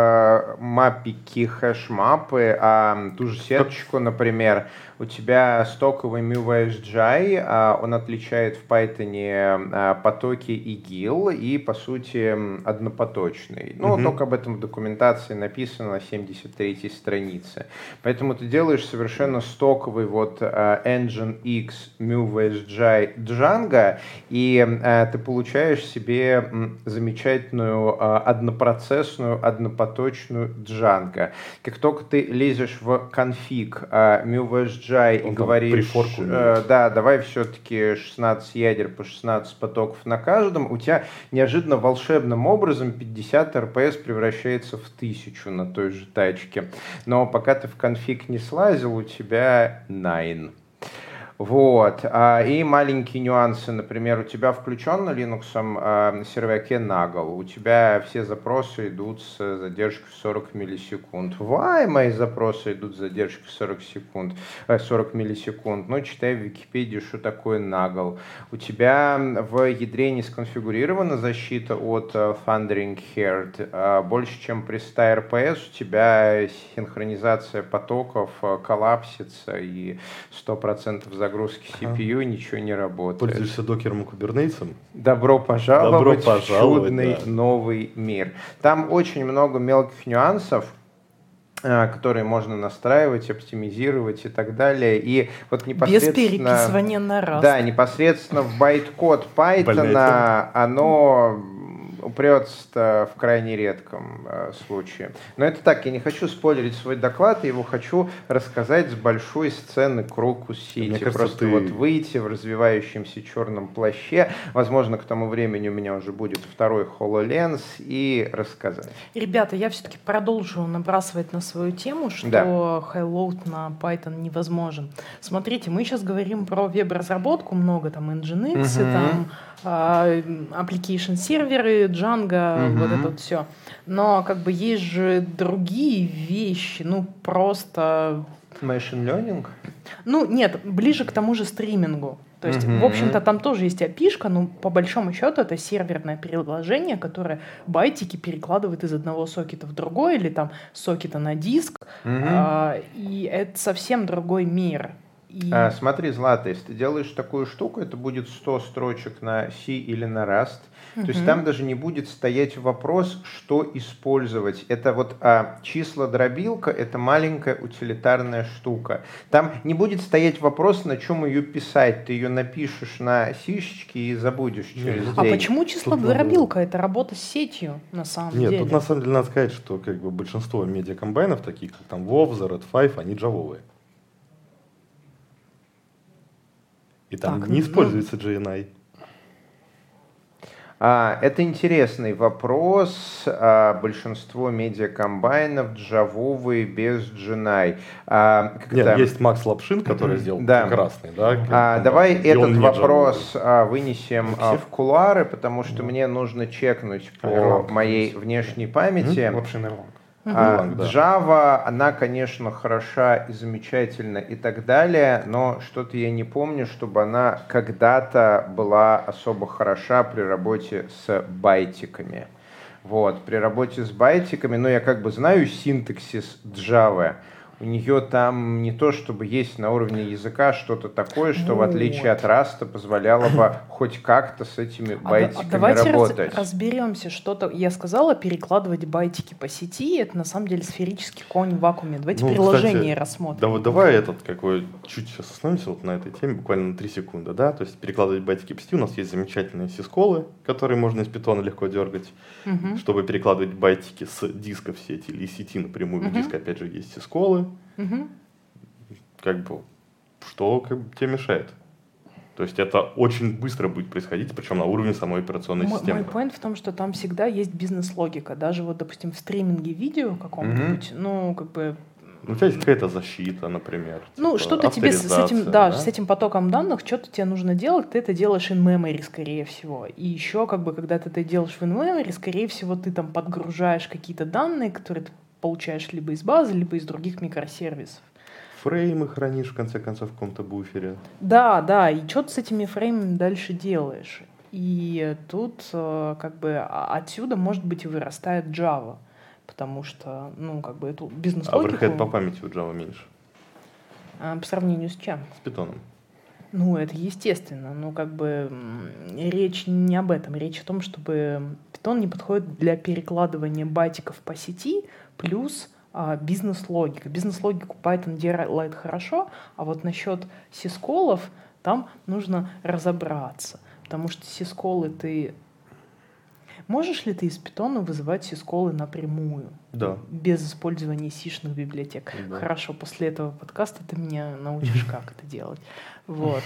[SPEAKER 3] хэшмапы, а ту же сеточку, например. У тебя стоковый MuVSGI, он отличает в Python потоки и GIL, и, по сути, однопоточный. Ну, только об этом в документации написано на 73-й странице. Поэтому ты делаешь совершенно стоковый вот Nginx MuVSGI Django, и ты получаешь себе замечательную однопроцессную, однопоточную Django. Как только ты лезешь в конфиг MuVSGI и говоришь, да, давай все-таки 16 ядер по 16 потоков на каждом, у тебя неожиданно волшебным образом 50 РПС превращается в 1000 на той же тачке. Но пока ты в конфиг не слазил, у тебя 9. Вот. И маленькие нюансы. Например, у тебя включен на Linux серваке Naggle. У тебя все запросы идут с задержкой в 40 миллисекунд. Why мои запросы идут с задержкой в 40 миллисекунд? Ну, читай в Википедии, что такое Naggle. У тебя в ядре не сконфигурирована защита от Thundering Herd. Больше, чем при 100 RPS, у тебя синхронизация потоков коллапсится и 100% загрузки CPU, ничего не работает.
[SPEAKER 2] Пользуешься докером и кубернетисом?
[SPEAKER 3] Добро пожаловать в чудный новый мир. Там очень много мелких нюансов, которые можно настраивать, оптимизировать и так далее. И вот непосредственно...
[SPEAKER 4] Без переписывания на раз.
[SPEAKER 3] Да, непосредственно в байткод Python оно упрется в крайне редком случае. Но это так, я не хочу спойлерить свой доклад, я его хочу рассказать с большой сцены Крокус Сити. Просто вот выйти в развивающемся черном плаще, возможно, к тому времени у меня уже будет второй HoloLens, и рассказать.
[SPEAKER 4] Ребята, я все-таки продолжу набрасывать на свою тему, что High-Load на Python невозможен. Смотрите, мы сейчас говорим про веб-разработку, много там Nginx, там application серверы, Django, вот это вот все. Но как бы есть же другие вещи, ну просто...
[SPEAKER 3] Machine learning?
[SPEAKER 4] Ну нет, ближе к тому же стримингу. То есть, в общем-то, там тоже есть API-шка, но по большому счету это серверное приложение, которое байтики перекладывает из одного сокета в другой, или там сокета на диск, и это совсем другой мир.
[SPEAKER 3] Смотри, Злата, если ты делаешь такую штуку, это будет 100 строчек на C или на Rust. То есть там даже не будет стоять вопрос, что использовать. Это вот число-дробилка, это маленькая утилитарная штука. Там не будет стоять вопрос, на чем ее писать. Ты ее напишешь на сишечке и забудешь через день.
[SPEAKER 4] А почему число-дробилка? Это работа с сетью, на самом деле.
[SPEAKER 2] Нет, тут на самом деле надо сказать, что как бы большинство медиакомбайнов, таких как там WoW, Red5, они джавовые. И там не используется JNI.
[SPEAKER 3] Это интересный вопрос. Большинство медиакомбайнов джавовые без JNI.
[SPEAKER 2] Нет, есть Макс Лапшин, который сделал прекрасный. Да,
[SPEAKER 3] давай этот вопрос вынесем в кулуары, потому что мне нужно чекнуть по моей внешней памяти.
[SPEAKER 1] Лапшин Erlang.
[SPEAKER 3] Java, она, конечно, хороша и замечательна и так далее, но что-то я не помню, чтобы она когда-то была особо хороша при работе с байтиками. Вот, при работе с байтиками, я как бы знаю синтаксис Java. У нее там не то, чтобы есть на уровне языка что-то такое, что в отличие от Rust позволяло бы хоть как-то с этими байтиками
[SPEAKER 4] давайте
[SPEAKER 3] работать.
[SPEAKER 4] Разберемся, что-то. Я сказала перекладывать байтики по сети, это на самом деле сферический конь в вакууме. Давайте приложение рассмотрим.
[SPEAKER 2] Давай чуть сейчас остановимся вот на этой теме, буквально на 3 секунды. Да? То есть перекладывать байтики по сети. У нас есть замечательные сисколы, которые можно из питона легко дергать, чтобы перекладывать байтики с диска в сеть или из сети напрямую в диск. Опять же, есть сисколы. Как бы, что тебе мешает? То есть это очень быстро будет происходить, причем на уровне самой операционной системы.
[SPEAKER 4] Мой point в том, что там всегда есть бизнес-логика. Даже вот, допустим, в стриминге видео каком-нибудь,
[SPEAKER 2] У тебя есть какая-то защита, например.
[SPEAKER 4] Что-то тебе с этим потоком данных, что-то тебе нужно делать, ты это делаешь in-memory, скорее всего. И еще, когда ты это делаешь в in-memory, скорее всего, ты там подгружаешь какие-то данные, которые ты получаешь либо из базы, либо из других микросервисов.
[SPEAKER 2] Фреймы хранишь, в конце концов, в каком-то буфере.
[SPEAKER 4] Да, и что ты с этими фреймами дальше делаешь? И тут отсюда, может быть, и вырастает Java. Потому что, эту бизнес-логику...
[SPEAKER 2] Оверхед по памяти у Java меньше.
[SPEAKER 4] По сравнению с чем?
[SPEAKER 2] С питоном.
[SPEAKER 4] Это естественно. Речь не об этом. Речь о том, чтобы Python не подходит для перекладывания байтиков по сети, плюс бизнес-логика. Бизнес-логику Python делает хорошо, а вот насчет сисколов Там нужно разобраться, потому что сисколы ты... Можешь ли ты из питона вызывать сисколы напрямую?
[SPEAKER 2] Да.
[SPEAKER 4] Без использования сишных библиотек?
[SPEAKER 2] Да.
[SPEAKER 4] Хорошо, после этого подкаста ты меня научишь, как это делать. Вот.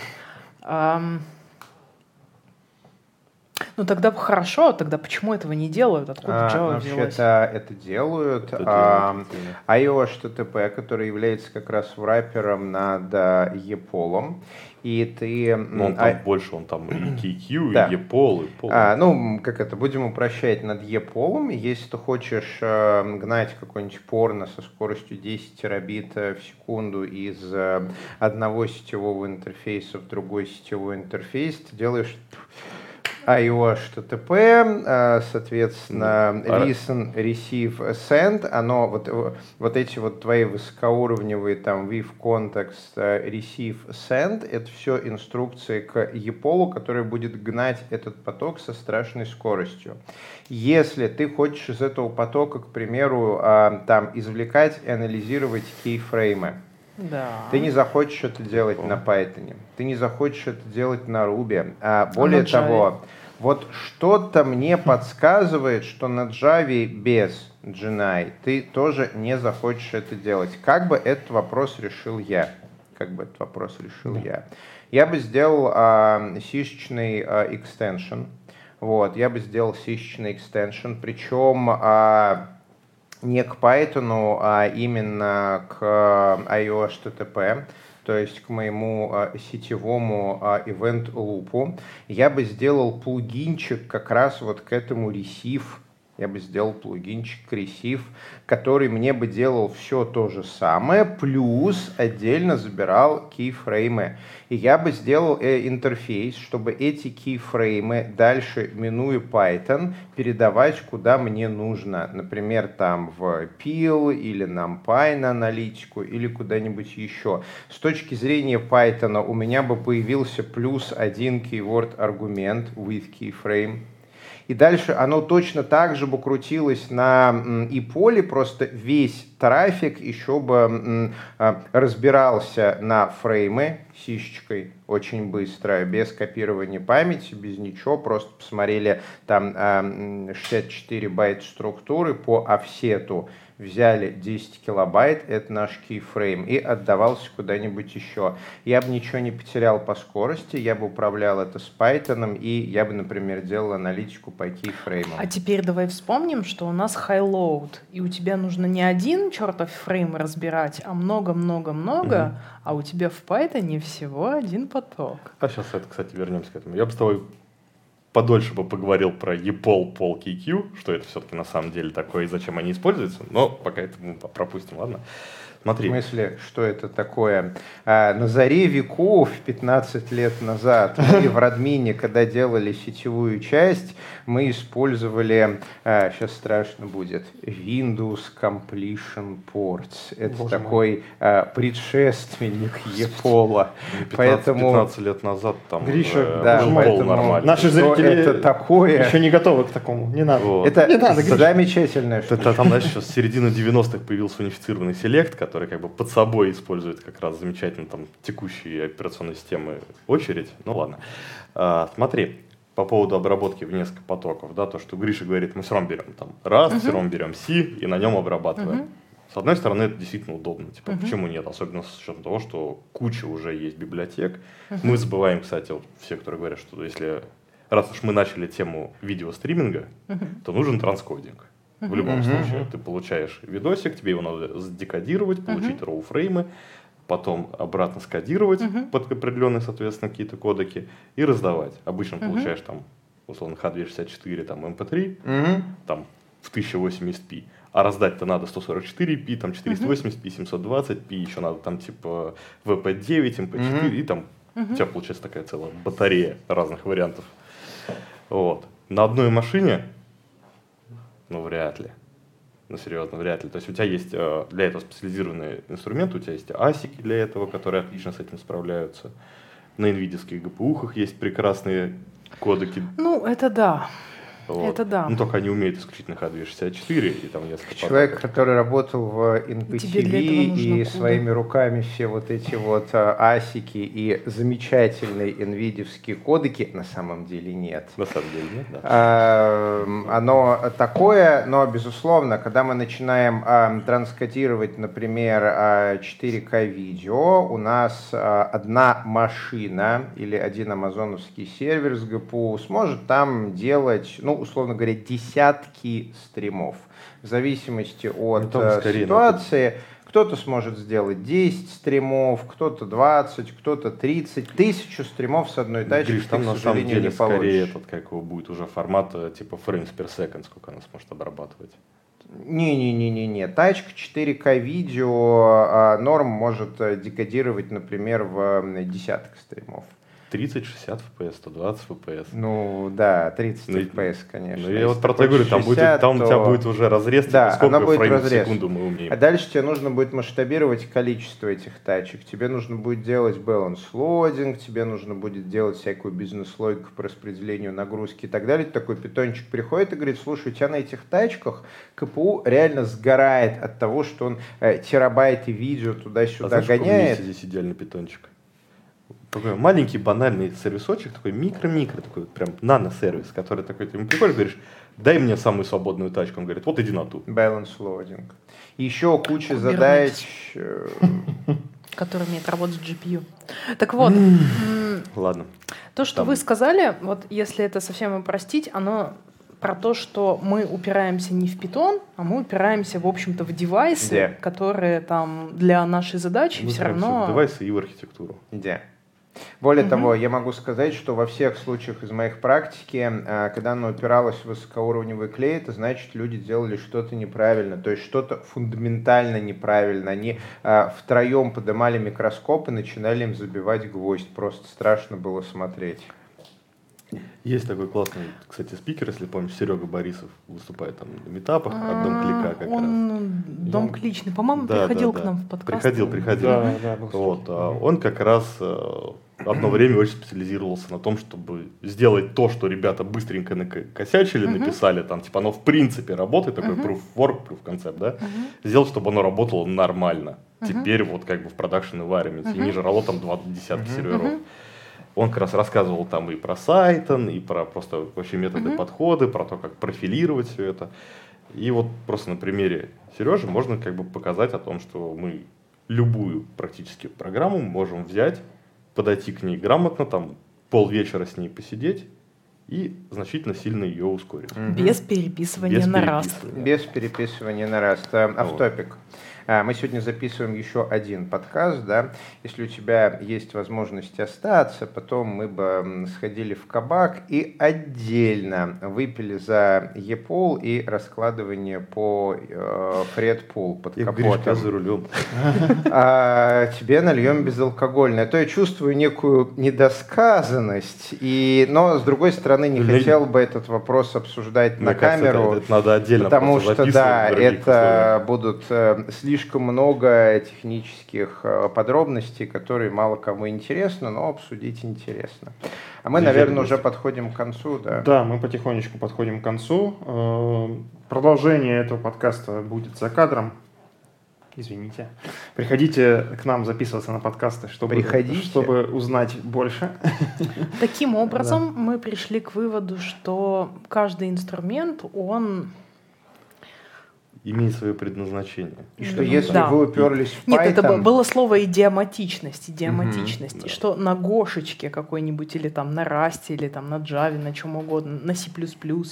[SPEAKER 4] Ну тогда хорошо, тогда почему этого не делают? Откуда Java взялась?
[SPEAKER 3] Вообще-то это делают. iOS HTTP, который является как раз враппером над EPOL. И ты...
[SPEAKER 2] Ну, он там больше, он там и KQ,
[SPEAKER 3] да.
[SPEAKER 2] и EPOL, и POL.
[SPEAKER 3] Ну, как это, будем упрощать над EPOL. Если ты хочешь гнать какой-нибудь порно со скоростью 10 терабит в секунду из одного сетевого интерфейса в другой сетевой интерфейс, ты делаешь iOS HTTP, соответственно, listen, receive, send, оно, вот эти вот твои высокоуровневые там with context, receive, send, это все инструкции к EPOL, который будет гнать этот поток со страшной скоростью. Если ты хочешь из этого потока, к примеру, там извлекать и анализировать кейфреймы,
[SPEAKER 4] да.
[SPEAKER 3] Ты не захочешь это делать на Python, ты не захочешь это делать на Ruby. Более того, вот что-то мне подсказывает, что на Java без GNI ты тоже не захочешь это делать. Как бы этот вопрос решил я? Я бы сделал сишечный экстеншн. Вот, я бы сделал сишечный экстеншн, причем не к Python, а именно к iOS HTTP, то есть к моему сетевому event loop. Я бы сделал плагинчик как раз вот к этому receive. Я бы сделал плагинчик к receive, который мне бы делал все то же самое, плюс отдельно забирал кейфреймы. И я бы сделал интерфейс, чтобы эти кейфреймы дальше, минуя Python, передавать куда мне нужно. Например, там в Pil или NumPy на аналитику или куда-нибудь еще. С точки зрения Python у меня бы появился плюс один keyword аргумент with keyframe. И дальше оно точно так же бы крутилось на EPOL, просто весь трафик еще бы разбирался на фреймы сишечкой очень быстро, без копирования памяти, без ничего, просто посмотрели там 64 байт структуры по офсету, взяли 10 килобайт, это наш кейфрейм, и отдавался куда-нибудь еще. Я бы ничего не потерял по скорости, я бы управлял это с Python, и я бы, например, делал аналитику по кейфреймам.
[SPEAKER 4] А теперь давай вспомним, что у нас high-load, и у тебя нужно не один чертов фрейм разбирать, а много-много-много, а у тебя в Python всего один поток.
[SPEAKER 2] А сейчас это, кстати, вернемся к этому. Я бы с тобой подольше бы поговорил про EPOL, POL, KQ, что это все-таки на самом деле такое и зачем они используются, но пока это мы пропустим, ладно? Смотри.
[SPEAKER 3] В смысле, что это такое? На заре веков, 15 лет назад, мы в Радмине, когда делали сетевую часть, мы использовали, сейчас страшно будет, Windows Completion Ports. Это Боже такой предшественник EPOL.
[SPEAKER 2] 15 лет назад там
[SPEAKER 1] Гриша,
[SPEAKER 3] да,
[SPEAKER 2] EPOL нормально.
[SPEAKER 1] Наши зрители
[SPEAKER 3] это такое...
[SPEAKER 1] еще не готовы к такому. Не надо.
[SPEAKER 2] Вот.
[SPEAKER 3] Это
[SPEAKER 1] не надо, Гриша.
[SPEAKER 3] замечательная штука.
[SPEAKER 2] Там, знаешь, сейчас с середины 90-х появился унифицированный селект, который как бы под собой использует как раз замечательно там текущие операционные системы очередь. Ну ладно. Смотри, по поводу обработки в несколько потоков, да, то, что Гриша говорит, мы все равно берем там Rust, все равно берем C и на нем обрабатываем. С одной стороны, это действительно удобно. Типа, почему нет? Особенно с учетом того, что куча уже есть библиотек. Мы забываем, кстати, вот все, которые говорят, что если раз уж мы начали тему видеостриминга, то нужен транскодинг. В любом случае, ты получаешь видосик, тебе его надо сдекодировать, получить RAW-фреймы, потом обратно скодировать под определенные, соответственно, какие-то кодеки и раздавать. Обычно получаешь там, условно, H264, там, MP3, там, в 1080p. А раздать-то надо 144p, там, 480p, 720p, еще надо там, типа, VP9, MP4, и там у тебя получается такая целая батарея разных вариантов. Вот. На одной машине... Ну, вряд ли. Ну, серьезно, вряд ли. То есть у тебя есть для этого специализированные инструменты, у тебя есть асики для этого, которые отлично с этим справляются. На NVIDIA-ских GPU-хах есть прекрасные кодеки.
[SPEAKER 4] Ну, это да.
[SPEAKER 2] Вот.
[SPEAKER 4] Это да.
[SPEAKER 2] Ну, только они умеют исключительно H264 и там несколько
[SPEAKER 3] Человек,
[SPEAKER 2] потоков.
[SPEAKER 3] который работал в
[SPEAKER 4] Тебе для этого
[SPEAKER 3] NPTV
[SPEAKER 4] нужно
[SPEAKER 3] и
[SPEAKER 4] куда?
[SPEAKER 3] своими руками все вот эти вот асики и замечательные NVIDIA-вские кодеки, на самом деле нет.
[SPEAKER 2] На самом деле нет, да.
[SPEAKER 3] Оно такое, но, безусловно, когда мы начинаем транскодировать, например, 4К видео, у нас одна машина или один амазоновский сервер с GPU сможет там делать, ну, условно говоря, десятки стримов. В зависимости от ситуации. Кто-то сможет сделать 10 стримов, кто-то 20, кто-то 30, 1000 стримов с одной тачки.
[SPEAKER 2] Гриш, там
[SPEAKER 3] ты,
[SPEAKER 2] на
[SPEAKER 3] к
[SPEAKER 2] самом
[SPEAKER 3] сожалению,
[SPEAKER 2] деле
[SPEAKER 3] не
[SPEAKER 2] скорее
[SPEAKER 3] получишь.
[SPEAKER 2] этот, как его будет уже формат, типа frames per second, сколько она сможет обрабатывать.
[SPEAKER 3] Не-не-не-не-не. Тачка 4К видео норм может декодировать, например, в десяток стримов.
[SPEAKER 2] 30, 60 FPS, 120 FPS.
[SPEAKER 3] Ну да, 30
[SPEAKER 2] Ну,
[SPEAKER 3] FPS, конечно.
[SPEAKER 2] Ну, я
[SPEAKER 3] Если
[SPEAKER 2] вот про
[SPEAKER 3] ты
[SPEAKER 2] то говорю,
[SPEAKER 3] хочешь
[SPEAKER 2] там,
[SPEAKER 3] 60,
[SPEAKER 2] там у тебя
[SPEAKER 3] то-
[SPEAKER 2] будет уже разрез,
[SPEAKER 3] Да,
[SPEAKER 2] типа, сколько
[SPEAKER 3] она будет
[SPEAKER 2] фреймов в
[SPEAKER 3] разрез.
[SPEAKER 2] секунду мы умеем.
[SPEAKER 3] А дальше тебе нужно будет масштабировать количество этих тачек. Тебе нужно будет делать balance loading, тебе нужно будет делать всякую бизнес-логику по распределению нагрузки и так далее. Такой питончик приходит и говорит: слушай, у тебя на этих тачках КПУ реально сгорает от того, что он терабайты видео туда-сюда
[SPEAKER 2] знаешь, какой у меня
[SPEAKER 3] гоняет.
[SPEAKER 2] есть здесь идеальный питончик? Такой маленький банальный сервисочек, такой микро-микро, такой вот прям нано-сервис, который такой, ты ему приходишь, говоришь: дай мне самую свободную тачку. Он говорит: вот иди на ту.
[SPEAKER 3] Balance loading. Еще куча
[SPEAKER 4] Kubernetes.
[SPEAKER 3] задач.
[SPEAKER 4] Который умеет работать с GPU. Так вот,
[SPEAKER 2] Ладно.
[SPEAKER 4] то, что
[SPEAKER 2] Там-
[SPEAKER 4] вы сказали, вот если это совсем упростить, оно про то, что мы упираемся не в Python, а мы упираемся, в общем-то, в девайсы,
[SPEAKER 3] Где?
[SPEAKER 4] которые там для нашей задачи
[SPEAKER 2] Мы
[SPEAKER 4] все
[SPEAKER 2] упираемся
[SPEAKER 4] равно...
[SPEAKER 2] в девайсы и в архитектуру.
[SPEAKER 3] Где? Более того, я могу сказать, что во всех случаях из моих практики, когда оно упиралось в высокоуровневый клей, это значит, люди делали что-то неправильно, то есть что-то фундаментально неправильно. Они втроем поднимали микроскоп и начинали им забивать гвоздь. Просто страшно было смотреть.
[SPEAKER 2] Есть такой классный, кстати, спикер, если помнишь, Серега Борисов выступает там на метапах от Дом Клика как раз.
[SPEAKER 4] Он дом кличный. По-моему,
[SPEAKER 2] Да,
[SPEAKER 4] приходил
[SPEAKER 2] да,
[SPEAKER 4] к
[SPEAKER 2] да.
[SPEAKER 4] нам в подкаст.
[SPEAKER 2] Приходил.
[SPEAKER 1] Да, был
[SPEAKER 2] Вот, он как раз одно время очень специализировался на том, чтобы сделать то, что ребята быстренько накосячили, написали, там, типа, оно в принципе работает, такой proof work, proof concept, да, сделать, чтобы оно работало нормально. Теперь вот как бы в production environment, и не жрало там 20 десятки серверов. Он как раз рассказывал там и про Сайтон, и про просто вообще методы, подходы, про то, как профилировать все это. И вот просто на примере Сережи можно как бы показать о том, что мы любую практически программу можем взять, подойти к ней грамотно, там полвечера с ней посидеть и значительно сильно ее ускорить.
[SPEAKER 4] Без переписывания
[SPEAKER 2] Без
[SPEAKER 4] на Rust.
[SPEAKER 2] переписывания.
[SPEAKER 3] Без переписывания на Rust. Автопик. Мы сегодня записываем еще один подкаст, да. Если у тебя есть возможность остаться, потом мы бы сходили в кабак и отдельно выпили за E-Pool и раскладывание по Fred-Pool под
[SPEAKER 2] Я говорю,
[SPEAKER 3] капотом.
[SPEAKER 2] за рулем.
[SPEAKER 3] Тебе нальем безалкогольное. То я чувствую некую недосказанность, но с другой стороны не хотел бы этот вопрос обсуждать на
[SPEAKER 2] Мне кажется,
[SPEAKER 3] камеру.
[SPEAKER 2] это надо отдельно
[SPEAKER 3] Потому
[SPEAKER 2] просто
[SPEAKER 3] что,
[SPEAKER 2] записывать
[SPEAKER 3] да,
[SPEAKER 2] в других
[SPEAKER 3] это будут слишком много технических подробностей, которые мало кому интересны, но обсудить интересно. А мы, наверное, уже подходим к концу, да?
[SPEAKER 1] Да, мы потихонечку подходим к концу. Продолжение этого подкаста будет за кадром. Извините. Приходите к нам записываться на подкасты, чтобы узнать больше.
[SPEAKER 4] Таким образом, мы пришли к выводу, что каждый инструмент, он...
[SPEAKER 2] имеет свое предназначение.
[SPEAKER 3] И что если вы уперлись в Python...
[SPEAKER 4] Нет, это было слово идиоматичность, и что на Гошечке какой-нибудь, или там на Rust, или там на Java, на чем угодно, на C++,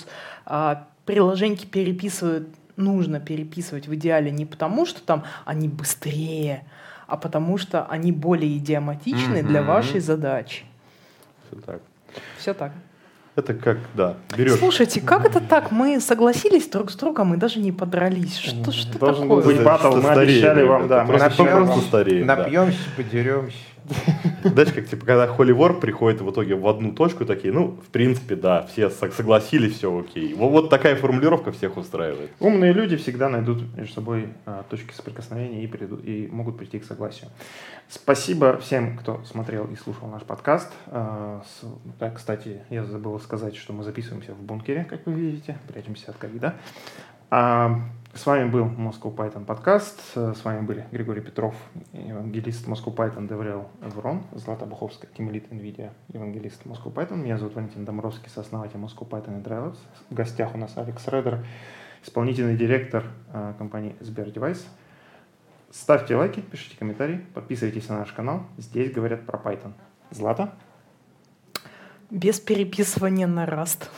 [SPEAKER 4] приложеньки нужно переписывать в идеале не потому, что там они быстрее, а потому что они более идиоматичны для вашей задачи.
[SPEAKER 2] Все так.
[SPEAKER 4] Все так.
[SPEAKER 2] Это как, да, берешь...
[SPEAKER 4] Слушайте, как это так? Мы согласились друг с другом и даже не подрались. Что
[SPEAKER 1] Должен
[SPEAKER 4] такое?
[SPEAKER 1] был быть батл, мы обещали вам, да.
[SPEAKER 2] Мы просто стареем.
[SPEAKER 3] Напьемся, подеремся.
[SPEAKER 2] Знаешь, как типа, когда Holy War приходит в итоге в одну точку, такие, ну, в принципе, да, все согласились, все окей. Вот такая формулировка всех устраивает.
[SPEAKER 1] Умные люди всегда найдут между собой точки соприкосновения и могут прийти к согласию. Спасибо всем, кто смотрел и слушал наш подкаст. Да, кстати, я забыл сказать, что мы записываемся в бункере, как вы видите, прячемся от ковида. С вами был Moscow Python подкаст. С вами были Григорий Петров, евангелист Moscow Python, Деврел Эврон, Злата Буховская, тимлид NVIDIA, евангелист Moscow Python. Меня зовут Валентин Домбровский, сооснователь Moscow Python и Drivers. В гостях у нас Алекс Редер, исполнительный директор компании SberDevice. Ставьте лайки, пишите комментарии, подписывайтесь на наш канал. Здесь говорят про Python. Злата?
[SPEAKER 4] Без переписывания на Rust.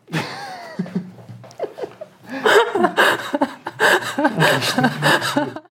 [SPEAKER 1] Отлично.